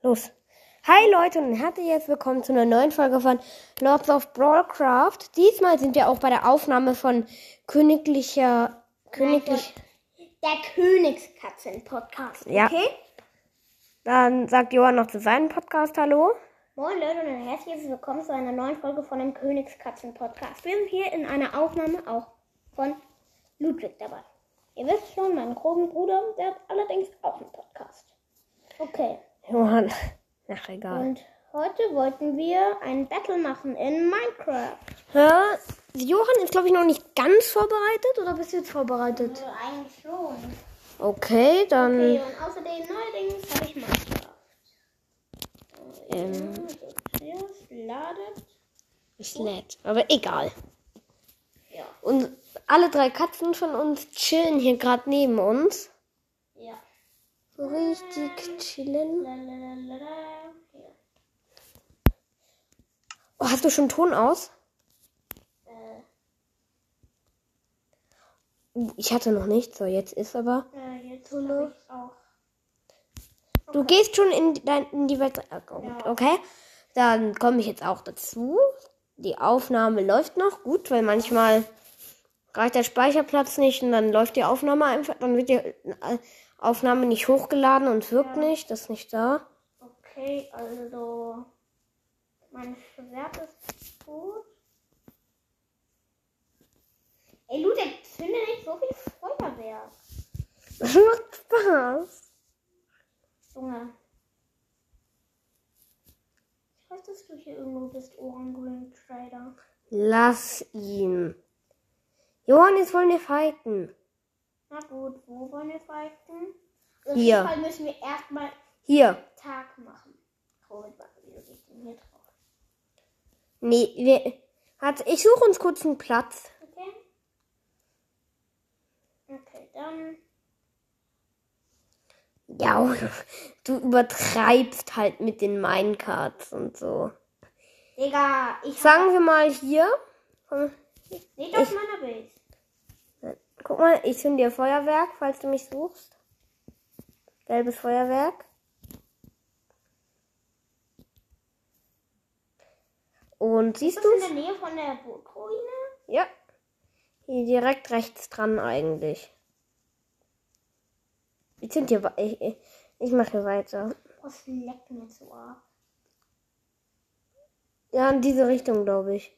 Los. Hi Leute und herzlich willkommen zu einer neuen Folge von Lords of Brawlcraft. Diesmal sind wir auch bei der Aufnahme von der Königskatzen-Podcast, okay? Ja. Dann sagt Johann noch zu seinem Podcast Hallo. Moin Leute und herzlich willkommen zu einer neuen Folge von dem Königskatzen-Podcast. Wir sind hier in einer Aufnahme auch von Ludwig dabei. Ihr wisst schon, mein großen Bruder, der hat allerdings auch einen Podcast. Okay. Johann. Ach, egal. Und heute wollten wir ein Battle machen in Minecraft. Ja, Johann ist glaube ich noch nicht ganz vorbereitet oder bist du jetzt vorbereitet? Eigentlich schon. Okay, dann... Okay, und außerdem neuerdings habe ich Minecraft. Zuerst ladet. Ist nett, aber egal. Ja. Und alle 3 Katzen von uns chillen hier gerade neben uns. Ja. So richtig chillen. Ja. Oh, hast du schon Ton aus? Ich hatte noch nicht, so jetzt ist aber. Jetzt habe ich auch. Du gehst schon in die Welt. Ja. Okay, dann komme ich jetzt auch dazu. Die Aufnahme läuft noch gut, weil manchmal reicht der Speicherplatz nicht und dann läuft die Aufnahme einfach. Dann wird die Aufnahme nicht hochgeladen und wirkt nicht. Das ist nicht da. Okay, also mein Schwert ist gut. Ey, Ludwig, zünde nicht so viel Feuerwerk. Das macht Spaß. Junge. Ich weiß, dass du hier irgendwo bist, Orangreen Trader. Lass ihn. Johann, jetzt wollen wir fighten. Na gut, wo wollen wir fighten? Auf Hier. jeden Fall müssen wir erstmal Hier. Tag machen. Wieso gehe ich denn hier drauf? Nee, ich suche uns kurz einen Platz. Okay. Okay, dann. Ja, du übertreibst halt mit den Minecarts und so. Digga, Sagen wir mal hier. Nicht auf meiner Base. Guck mal, ich zünde dir Feuerwerk, falls du mich suchst. Gelbes Feuerwerk. Und siehst Ist du das in der Nähe von der Burgruine? Ja. Hier direkt rechts dran eigentlich. Ich zünd hier. Ich mache hier weiter. Was leckt mir so ab? Ja, in diese Richtung, glaube ich.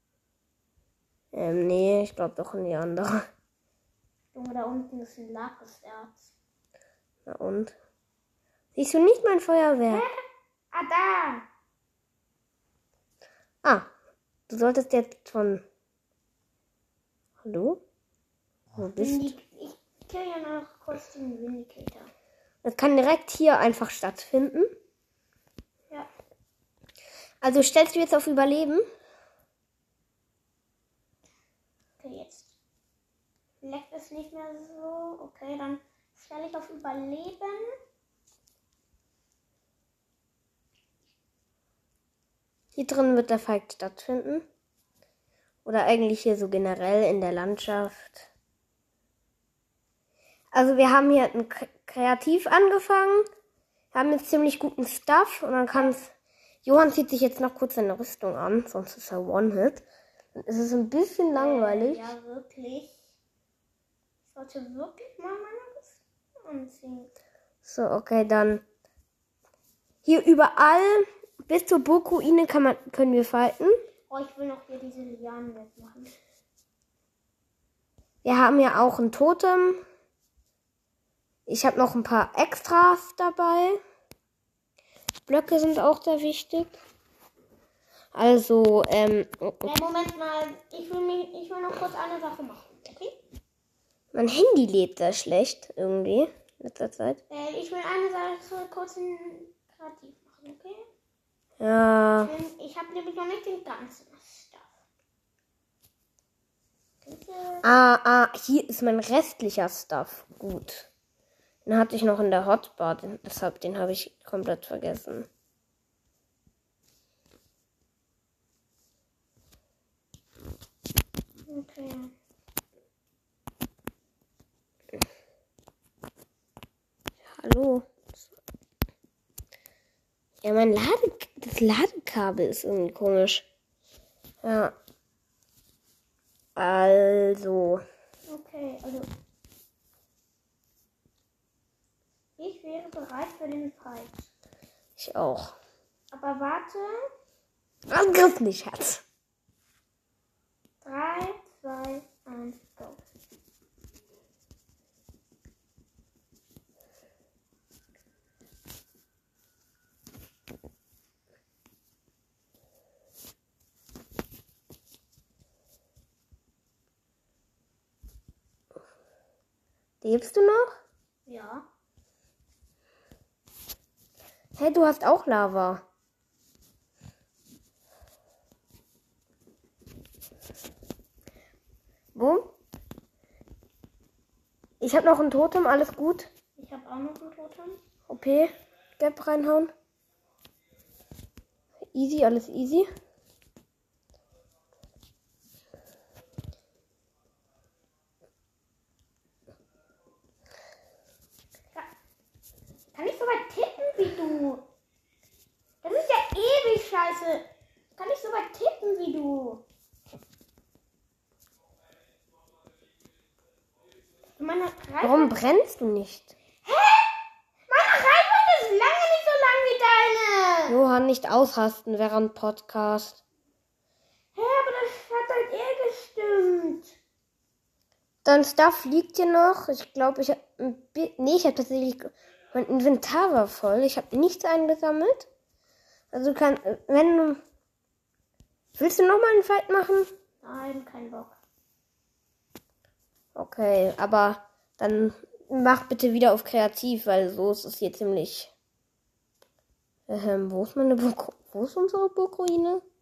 Nee, ich glaube doch in die andere. Junge, da unten ist ein Lapiserz. Na und? Siehst du nicht mein Feuerwerk? Ah, da! Ah, du solltest jetzt von... Hallo? Wo bist du? Ich kill ja noch kurz den Vindicator. Das kann direkt hier einfach stattfinden. Ja. Also stellst du jetzt auf Überleben? Okay, jetzt leckt es nicht mehr so. Okay, dann stelle ich auf Überleben. Hier drin wird der Fight stattfinden. Oder eigentlich hier so generell in der Landschaft. Also wir haben hier kreativ angefangen. Wir haben jetzt ziemlich guten Stuff. Und dann kann es... Johann zieht sich jetzt noch kurz seine Rüstung an. Sonst ist er One-Hit. Dann ist es ein bisschen langweilig. Ja, wirklich. Ich sollte wirklich mal meine Rüstung anziehen. So, okay, dann... Hier überall... Bis zur Burgruine können wir fighten. Oh, ich will noch hier diese Lianen wegmachen. Wir haben ja auch ein Totem. Ich habe noch ein paar Extras dabei. Blöcke sind auch sehr wichtig. Also, Moment mal. Ich will noch kurz eine Sache machen, okay? mein Handy lebt sehr schlecht irgendwie in letzter Zeit. Ich will eine Sache kurz kreativ machen, okay? Ja, Ich habe nämlich noch nicht den ganzen Stuff. hier ist mein restlicher Stuff. Gut. Den hatte ich noch in der Hotbar, deshalb den habe ich komplett vergessen. Okay. Hallo. Ja, das Ladekabel ist irgendwie komisch. Ja. Also. Okay, also. Ich wäre bereit für den Fight. Ich auch. Aber warte. Angriff nicht, Schatz. 3, 2, 1, go. Lebst du noch? Ja. Hey, du hast auch Lava. Wo? Ich habe noch ein Totem, alles gut. Ich habe auch noch ein Totem. OP, Gelb reinhauen. Easy, alles easy. Kann ich so weit tippen wie du? Das ist ja ewig scheiße. Kann ich so weit tippen wie du? Meine Reichweite... Warum brennst du nicht? Meine Reichweite ist lange nicht so lang wie deine. Johann, nicht ausrasten während Podcast. Hä, aber das hat halt gestimmt. Dein Stuff liegt hier noch. Ich glaube, ich habe... Nee, ich habe tatsächlich... Mein Inventar war voll. Ich habe nichts eingesammelt. Also wenn du... Willst du nochmal einen Fight machen? Nein, kein Bock. Okay, aber dann mach bitte wieder auf kreativ, weil so ist es hier ziemlich... Wo ist meine Burg? Wo ist unsere Burgruine?